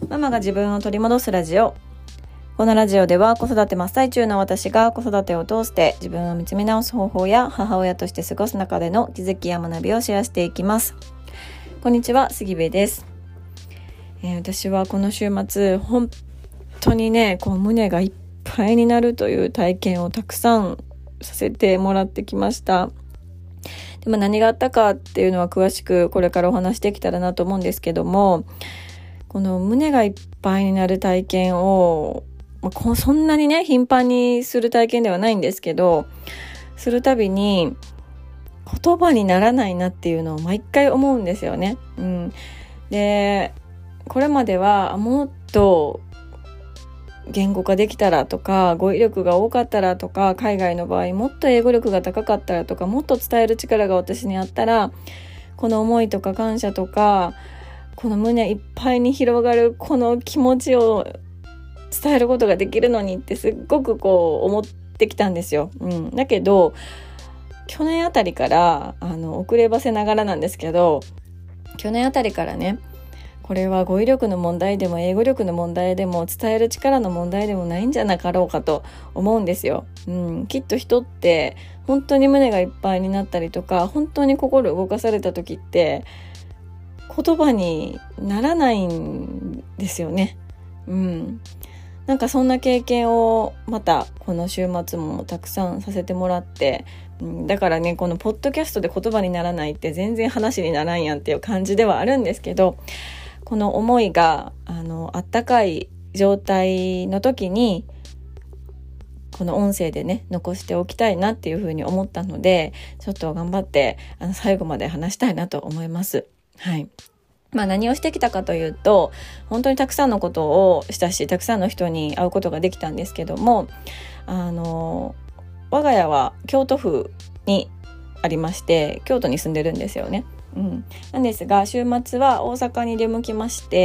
ママが自分を取り戻すラジオ。このラジオでは子育て真っ最中の私が子育てを通して自分を見つめ直す方法や母親として過ごす中での気づきや学びをシェアしていきます。こんにちは、杉部です。私はこの週末本当にね胸がいっぱいになるという体験をたくさんさせてもらってきました。でも何があったかっていうのは詳しくこれからお話してきたらなと思うんですけども、この胸がいっぱいになる体験をそんなにね頻繁にする体験ではないんですけど、するたびに言葉にならないなっていうのを毎回思うんですよね。でこれまではもっと言語化できたらとか、語彙力が多かったらとか、海外の場合もっと英語力が高かったらとか、もっと伝える力が私にあったら、この思いとか感謝とか、この胸いっぱいに広がるこの気持ちを伝えることができるのにってすっごく思ってきたんですよ。だけど去年あたりから遅ればせながらなんですけど、去年あたりからね、これは語彙力の問題でも英語力の問題でも伝える力の問題でもないんじゃなかろうかと思うんですよ。きっと人って本当に胸がいっぱいになったりとか、本当に心動かされた時って言葉にならないんですよね。なんかそんな経験をまたこの週末もたくさんさせてもらって、だからね、このポッドキャストで言葉にならないって全然話にならんやんっていう感じではあるんですけど、この思いがあったかい状態の時にこの音声でね残しておきたいなっていうふうに思ったので、ちょっと頑張って最後まで話したいなと思います。何をしてきたかというと、本当にたくさんのことをしたし、たくさんの人に会うことができたんですけども、我が家は京都府にありまして、京都に住んでるんですよね。なんですが、週末は大阪に出向きまして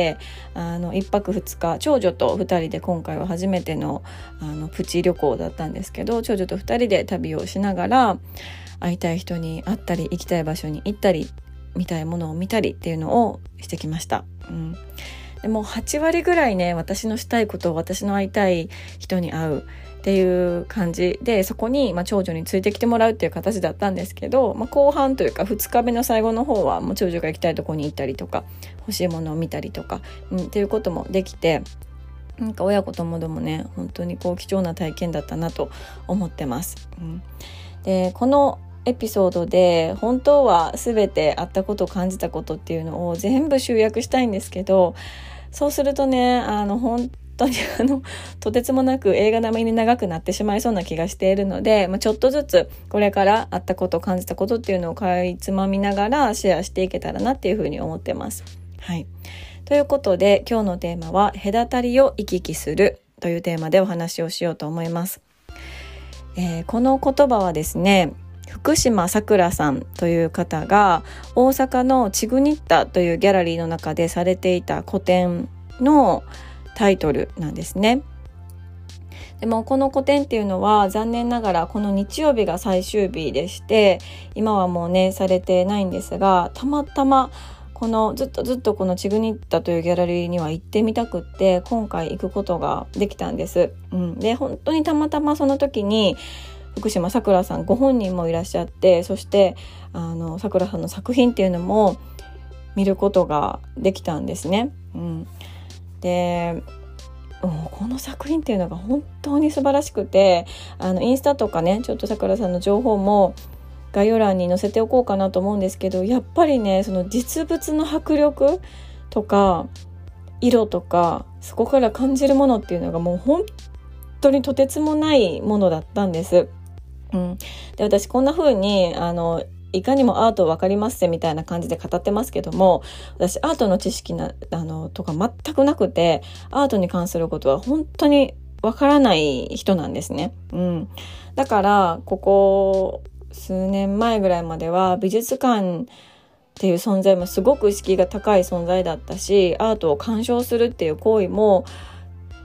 、1泊2日長女と2人で、今回は初めてのプチ旅行だったんですけど、長女と2人で旅をしながら、会いたい人に会ったり、行きたい場所に行ったり、見たいものを見たりっていうのをしてきました。でも8割ぐらいね、私のしたいことを、私の会いたい人に会うっていう感じで、そこに長女についてきてもらうっていう形だったんですけど、後半というか2日目の最後の方はもう長女が行きたいところに行ったりとか、欲しいものを見たりとか、っていうこともできて、なんか親子ともどもね、本当に貴重な体験だったなと思ってます。でこのエピソードで本当は全てあったこと感じたことっていうのを全部集約したいんですけど、そうするとね本当にとてつもなく映画並みに長くなってしまいそうな気がしているので、ちょっとずつこれからあったこと感じたことっていうのをかいつまみながらシェアしていけたらなっていうふうに思ってます。ということで、今日のテーマは隔たりを行き来するというテーマでお話をしようと思います。この言葉はですね、福島さくらさんという方が大阪のチグニッタというギャラリーの中でされていた個展のタイトルなんですね。でもこの個展っていうのは残念ながらこの日曜日が最終日でして、今はもうねされてないんですが、たまたまずっとこのチグニッタというギャラリーには行ってみたくって、今回行くことができたんです。で本当にたまたまその時に福島さくらさんご本人もいらっしゃって、そしてさくらさんの作品っていうのも見ることができたんですね。でこの作品っていうのが本当に素晴らしくて、インスタとかね、ちょっとさくらさんの情報も概要欄に載せておこうかなと思うんですけど、やっぱりね、その実物の迫力とか色とか、そこから感じるものっていうのがもう本当にとてつもないものだったんです。で私こんな風にいかにもアート分かりますみたいな感じで語ってますけども、私アートの知識とか全くなくて、アートに関することは本当に分からない人なんですね。だからここ数年前ぐらいまでは美術館っていう存在もすごく意識が高い存在だったし、アートを鑑賞するっていう行為も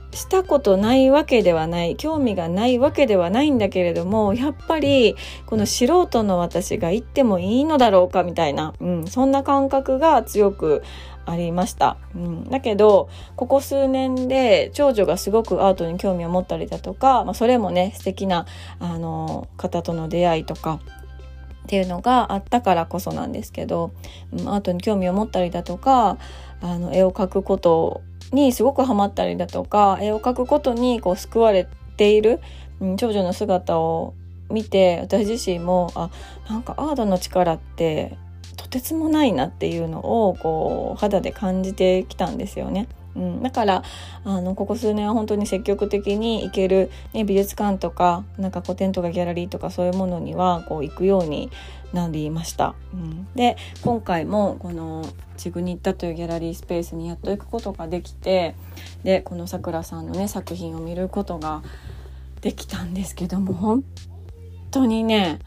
したことないわけではない、興味がないわけではないんだけれども、やっぱりこの素人の私が行ってもいいのだろうかみたいな、そんな感覚が強くありました。だけどここ数年で長女がすごくアートに興味を持ったりだとか、それもね素敵な方との出会いとかっていうのがあったからこそなんですけど、アートに興味を持ったりだとか、絵を描くことにすごくハマったりだとか、絵を描くことにこう救われている、長女の姿を見て、私自身もなんかアートの力ってとてつもないなっていうのをこう肌で感じてきたんですよね。だからここ数年は本当に積極的に行ける、美術館とかなんか個展とかギャラリーとかそういうものにはこう行くようになりました。で今回もこのチグニッタというギャラリースペースにやっと行くことができて、でこのさくらさんのね作品を見ることができたんですけども、本当にね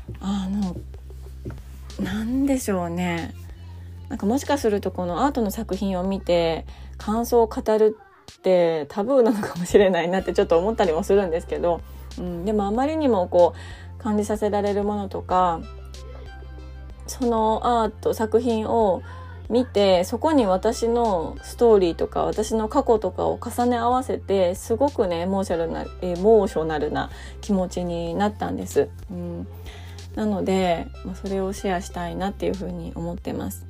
なんでしょうね、なんかもしかするとこのアートの作品を見て感想を語るってタブーなのかもしれないなってちょっと思ったりもするんですけど、でもあまりにもこう感じさせられるものとか、そのアート作品を見てそこに私のストーリーとか私の過去とかを重ね合わせて、すごくねエモーショナルな気持ちになったんです。なので、それをシェアしたいなっていうふうに思ってます。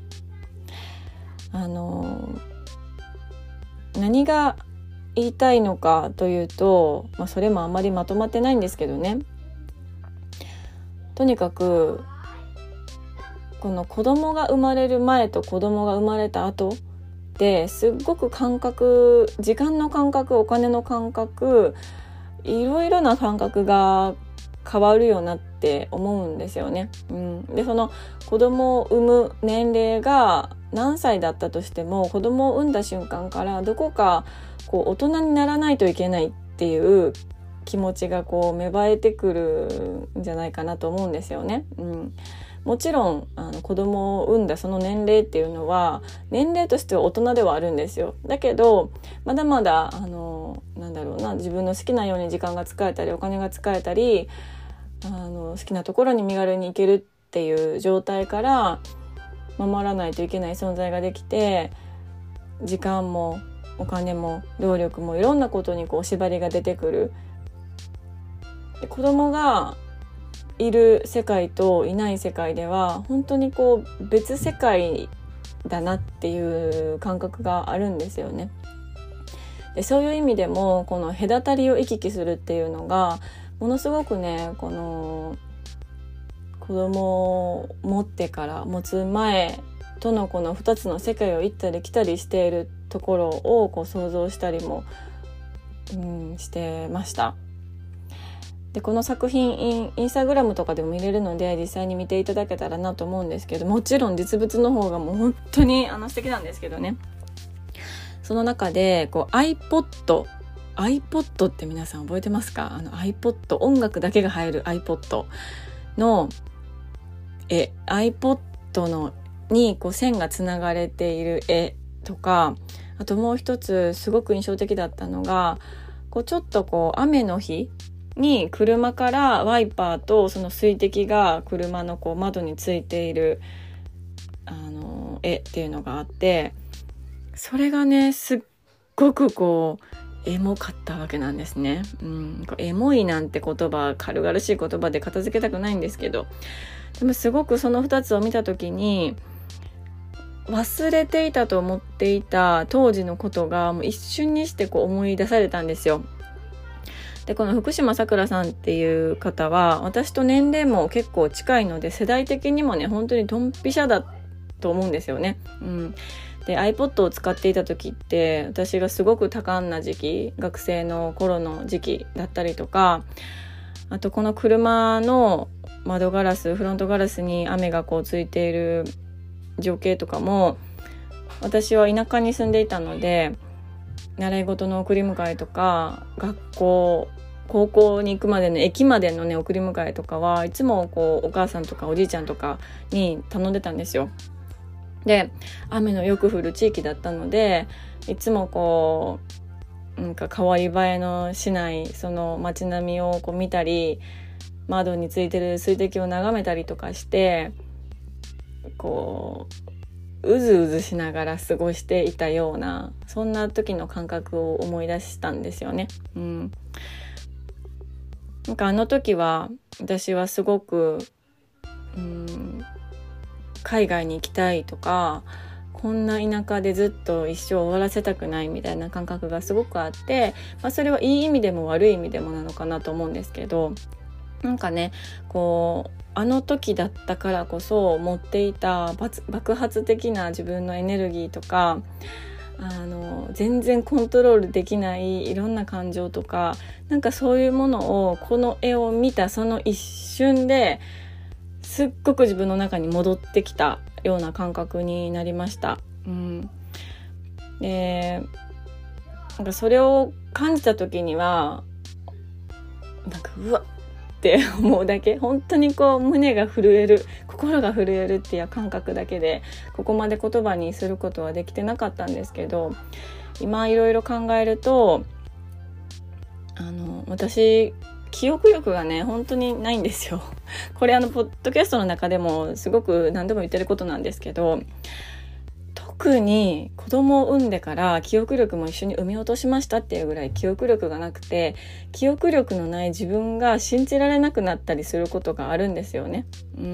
何が言いたいのかというと、それもあんまりまとまってないんですけどね、とにかくこの子供が生まれる前と子供が生まれた後ですっごく時間の感覚、お金の感覚、いろいろな感覚が変わるようになって思うんですよね。でその子供を産む年齢が何歳だったとしても、子供を産んだ瞬間からどこかこう大人にならないといけないっていう気持ちがこう芽生えてくるんじゃないかなと思うんですよね。もちろん子供を産んだその年齢っていうのは年齢としては大人ではあるんですよ。だけどまだまだ自分の好きなように時間が使えたりお金が使えたり好きなところに身軽に行けるっていう状態から守らないといけない存在ができて、時間もお金も労力もいろんなことにこう縛りが出てくる。で子供がいる世界といない世界では本当にこう別世界だなっていう感覚があるんですよね。でそういう意味でもこの隔たりを行き来するっていうのがものすごくね、この子供を持ってから持つ前とのこの2つの世界を行ったり来たりしているところをこう想像したりも、してました。でこの作品インスタグラムとかでも見れるので実際に見ていただけたらなと思うんですけど、もちろん実物の方がもう本当に素敵なんですけどね。その中でこう iPod って皆さん覚えてますか？iPod 音楽だけが入る iPod のiPod のにこう線がつながれている絵とか、あともう一つすごく印象的だったのがこうちょっとこう雨の日に車からワイパーとその水滴が車のこう窓についている絵っていうのがあって、それがねすっごくこうエモかったわけなんですね。エモいなんて言葉、軽々しい言葉で片付けたくないんですけど、でもすごくその2つを見た時に忘れていたと思っていた当時のことがもう一瞬にしてこう思い出されたんですよ。でこの福島さくらさんっていう方は私と年齢も結構近いので世代的にもね本当にドンピシャだと思うんですよね。で iPod を使っていた時って私がすごく多感な時期、学生の頃の時期だったりとか、あとこの車の窓ガラス、フロントガラスに雨がこうついている情景とかも、私は田舎に住んでいたので習い事の送り迎えとか学校高校に行くまでの駅までのね送り迎えとかはいつもこうお母さんとかおじいちゃんとかに頼んでたんですよ。で雨のよく降る地域だったのでいつもこうなんか変わり映えのしないその街並みをこう見たり、窓についてる水滴を眺めたりとかして、こううずうずしながら過ごしていたような、そんな時の感覚を思い出したんですよね。なんかあの時は私はすごく海外に行きたいとか、こんな田舎でずっと一生終わらせたくないみたいな感覚がすごくあって、それはいい意味でも悪い意味でもなのかなと思うんですけど、なんかね、こうあの時だったからこそ持っていた爆発的な自分のエネルギーとか、全然コントロールできないいろんな感情とか、なんかそういうものをこの絵を見たその一瞬ですっごく自分の中に戻ってきたような感覚になりました。で、なんかそれを感じた時にはなんかうわって思うだけ、本当にこう胸が震える、心が震えるっていう感覚だけで、ここまで言葉にすることはできてなかったんですけど、今いろいろ考えると私記憶力がね本当にないんですよ。これポッドキャストの中でもすごく何度も言ってることなんですけど、特に子供を産んでから記憶力も一緒に産み落としましたっていうぐらい記憶力がなくて、記憶力のない自分が信じられなくなったりすることがあるんですよね。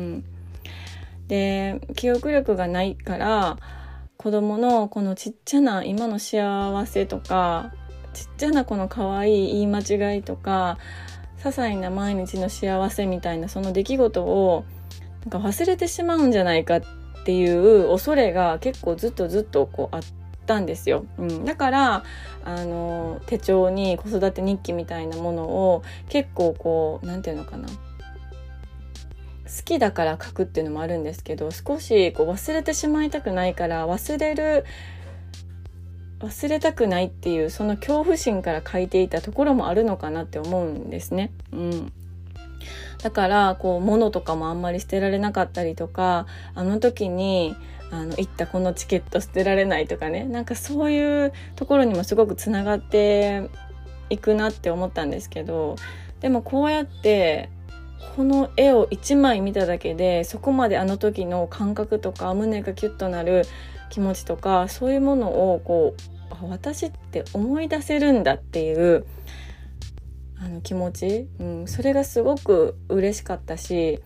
で、記憶力がないから子供のこのちっちゃな今の幸せとか、ちっちゃなこの可愛い言い間違いとか、些細な毎日の幸せみたいなその出来事をなんか忘れてしまうんじゃないかっていう恐れが結構ずっとこうあったんですよ。だから手帳に子育て日記みたいなものを結構こうなんていうのかな、好きだから書くっていうのもあるんですけど、少しこう忘れてしまいたくないから忘れたくないっていうその恐怖心から書いていたところもあるのかなって思うんですね。だからこう物とかもあんまり捨てられなかったりとか、あの時に行ったこのチケット捨てられないとかね、なんかそういうところにもすごくつながっていくなって思ったんですけど、でもこうやってこの絵を一枚見ただけでそこまであの時の感覚とか胸がキュッとなる気持ちとか、そういうものをこう私って思い出せるんだっていう気持ち、それがすごく嬉しかったし、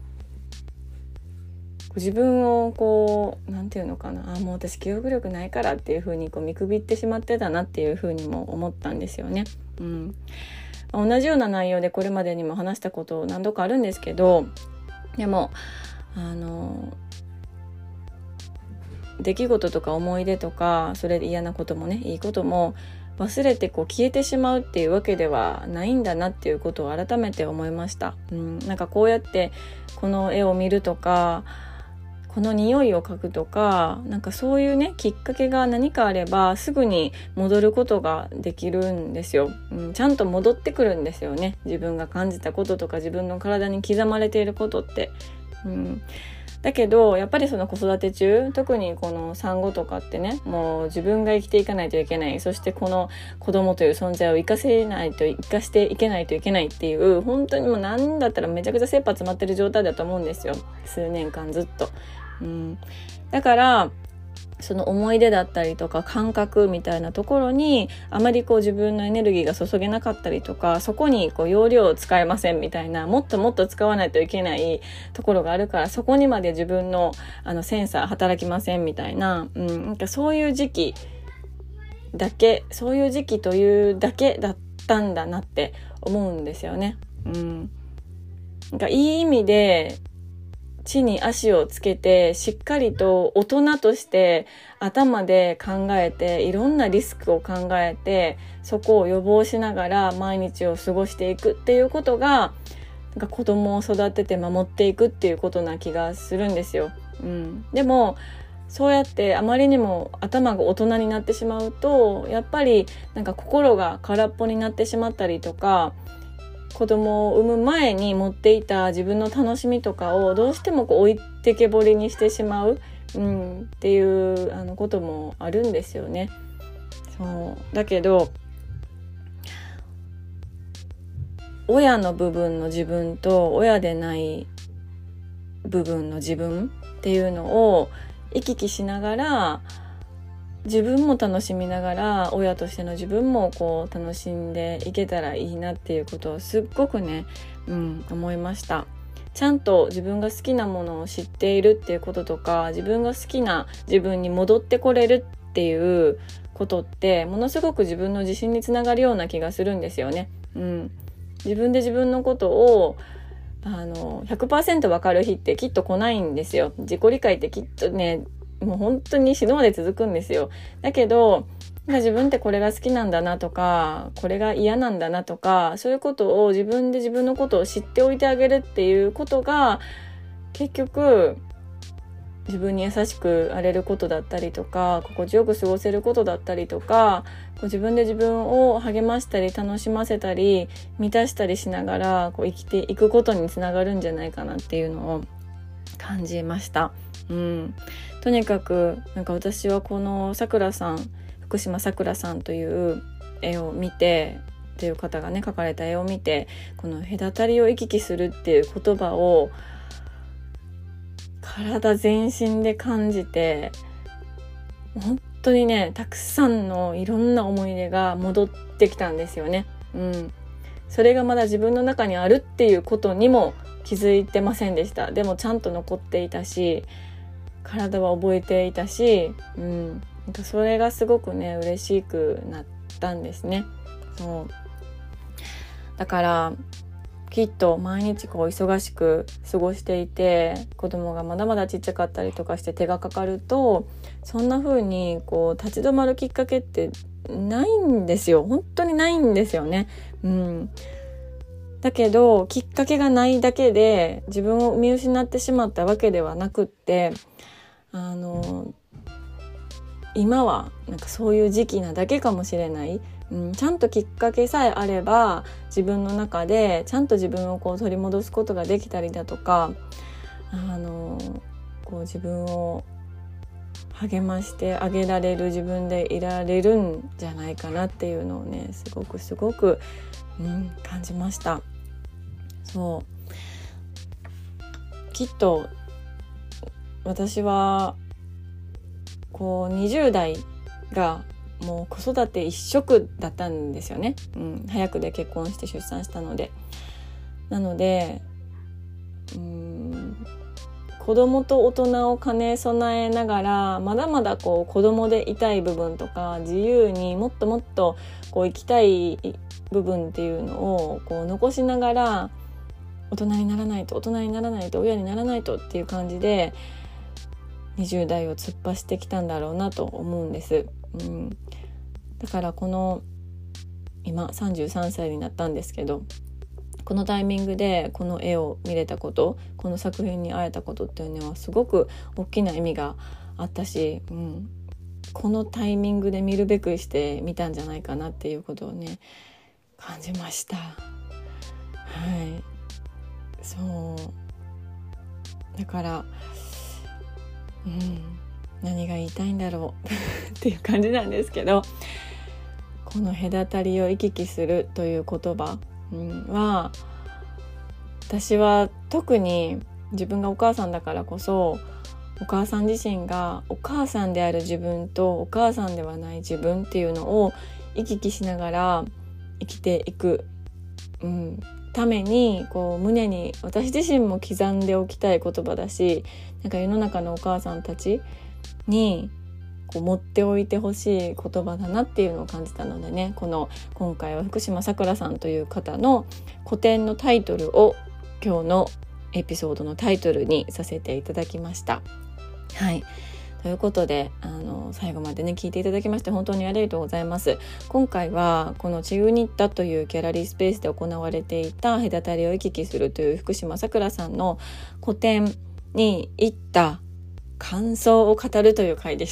自分をこうなんていうのかな、もう私記憶力ないからっていう風にこう見くびってしまってたなっていう風にも思ったんですよね。同じような内容でこれまでにも話したこと何度かあるんですけど、でも出来事とか思い出とか、それで嫌なこともねいいことも忘れてこう消えてしまうっていうわけではないんだなっていうことを改めて思いました。なんかこうやってこの絵を見るとか、この匂いを嗅ぐとか、なんかそういうねきっかけが何かあればすぐに戻ることができるんですよ。ちゃんと戻ってくるんですよね。自分が感じたこととか自分の体に刻まれていることって。だけどやっぱりその子育て中、特にこの産後とかってね、もう自分が生きていかないといけない、そしてこの子供という存在を生かしていけないといけないっていう、本当にもうなんだったらめちゃくちゃ切羽詰まってる状態だと思うんですよ、数年間ずっと。だからその思い出だったりとか感覚みたいなところにあまりこう自分のエネルギーが注げなかったりとか、そこにこう容量を使えませんみたいな、もっともっと使わないといけないところがあるから、そこにまで自分のセンサー働きませんみたいな、なんかそういう時期というだけだったんだなって思うんですよね。なんかいい意味で地に足をつけて、しっかりと大人として頭で考えて、いろんなリスクを考えて、そこを予防しながら毎日を過ごしていくっていうことが、なんか子供を育てて守っていくっていうことな気がするんですよ。でもそうやってあまりにも頭が大人になってしまうと、やっぱりなんか心が空っぽになってしまったりとか、子供を産む前に持っていた自分の楽しみとかをどうしてもこう置いてけぼりにしてしまう、っていうこともあるんですよね。そうだけど親の部分の自分と親でない部分の自分っていうのを行き来しながら、自分も楽しみながら親としての自分もこう楽しんでいけたらいいなっていうことをすっごくね、思いました。ちゃんと自分が好きなものを知っているっていうこととか、自分が好きな自分に戻ってこれるっていうことってものすごく自分の自信につながるような気がするんですよね。自分で自分のことを100% 分かる日ってきっと来ないんですよ。自己理解ってきっとね、もう本当に死ぬまで続くんですよ。だけど自分ってこれが好きなんだなとか、これが嫌なんだなとか、そういうことを自分で自分のことを知っておいてあげるっていうことが、結局自分に優しくあれることだったりとか、心地よく過ごせることだったりとか、自分で自分を励ましたり楽しませたり満たしたりしながら生きていくことにつながるんじゃないかなっていうのを感じました。とにかく私はこの福島さくらさんという絵を見て、という方がね描かれた絵を見て、この隔たりを行き来するっていう言葉を体全身で感じて、本当にねたくさんのいろんな思い出が戻ってきたんですよね。それがまだ自分の中にあるっていうことにも気づいてませんでした。でもちゃんと残っていたし、体は覚えていたし、それがすごくね嬉しくなったんですね。そうだからきっと毎日忙しく過ごしていて、子供がまだまだちっちゃかったりとかして手がかかると、そんな風に立ち止まるきっかけってないんですよ。本当にないんですよね。だけどきっかけがないだけで自分を見失ってしまったわけではなくって、今はそういう時期なだけかもしれない。ちゃんときっかけさえあれば自分の中でちゃんと自分を取り戻すことができたりだとか、自分を励ましてあげられる自分でいられるんじゃないかなっていうのをねすごく、感じました。きっと私は20代がもう子育て一色だったんですよね。早くで結婚して出産したので。なので子供と大人を兼ね備えながら、まだまだ子供でいたい部分とか、自由にもっともっと生きたい部分っていうのを残しながら、大人にならないと親にならないとっていう感じで20代を突っ走ってきたんだろうなと思うんです。だから今33歳になったんですけど、このタイミングでこの絵を見れたこと、この作品に会えたことっていうのはすごく大きな意味があったし、このタイミングで見るべくして見たんじゃないかなっていうことをね感じました。だから何が言いたいんだろうっていう感じなんですけど、この隔たりを行き来するという言葉は、私は特に自分がお母さんだからこそ、お母さん自身がお母さんである自分とお母さんではない自分っていうのを行き来しながら生きていく、ために胸に私自身も刻んでおきたい言葉だし、世の中のお母さんたちに持っておいてほしい言葉だなっていうのを感じたのでね、今回は福島さくらさんという方の個展のタイトルを今日のエピソードのタイトルにさせていただきました。ということで最後までね聞いていただきまして本当にありがとうございます。今回はこのチグニッタというギャラリースペースで行われていた隔たりを行き来するという福島さくらさんの個展に行った感想を語るという回でした。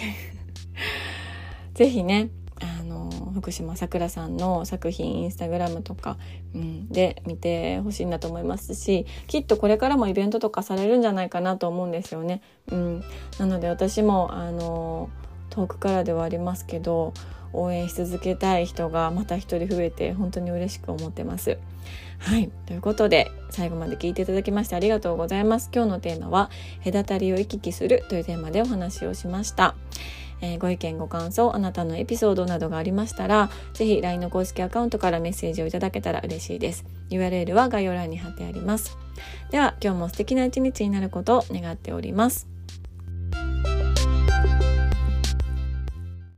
ぜひね福島さくらさんの作品インスタグラムとか、で見てほしいなと思いますし、きっとこれからもイベントとかされるんじゃないかなと思うんですよね。なので私も遠くからではありますけど応援し続けたい人がまた一人増えて本当に嬉しく思ってます。はい、ということで最後まで聞いていただきましてありがとうございます。今日のテーマは隔たりを行き来するというテーマでお話をしました。ご意見ご感想、あなたのエピソードなどがありましたら、ぜひ LINE の公式アカウントからメッセージをいただけたら嬉しいです。 URL は概要欄に貼ってあります。では今日も素敵な一日になることを願っております。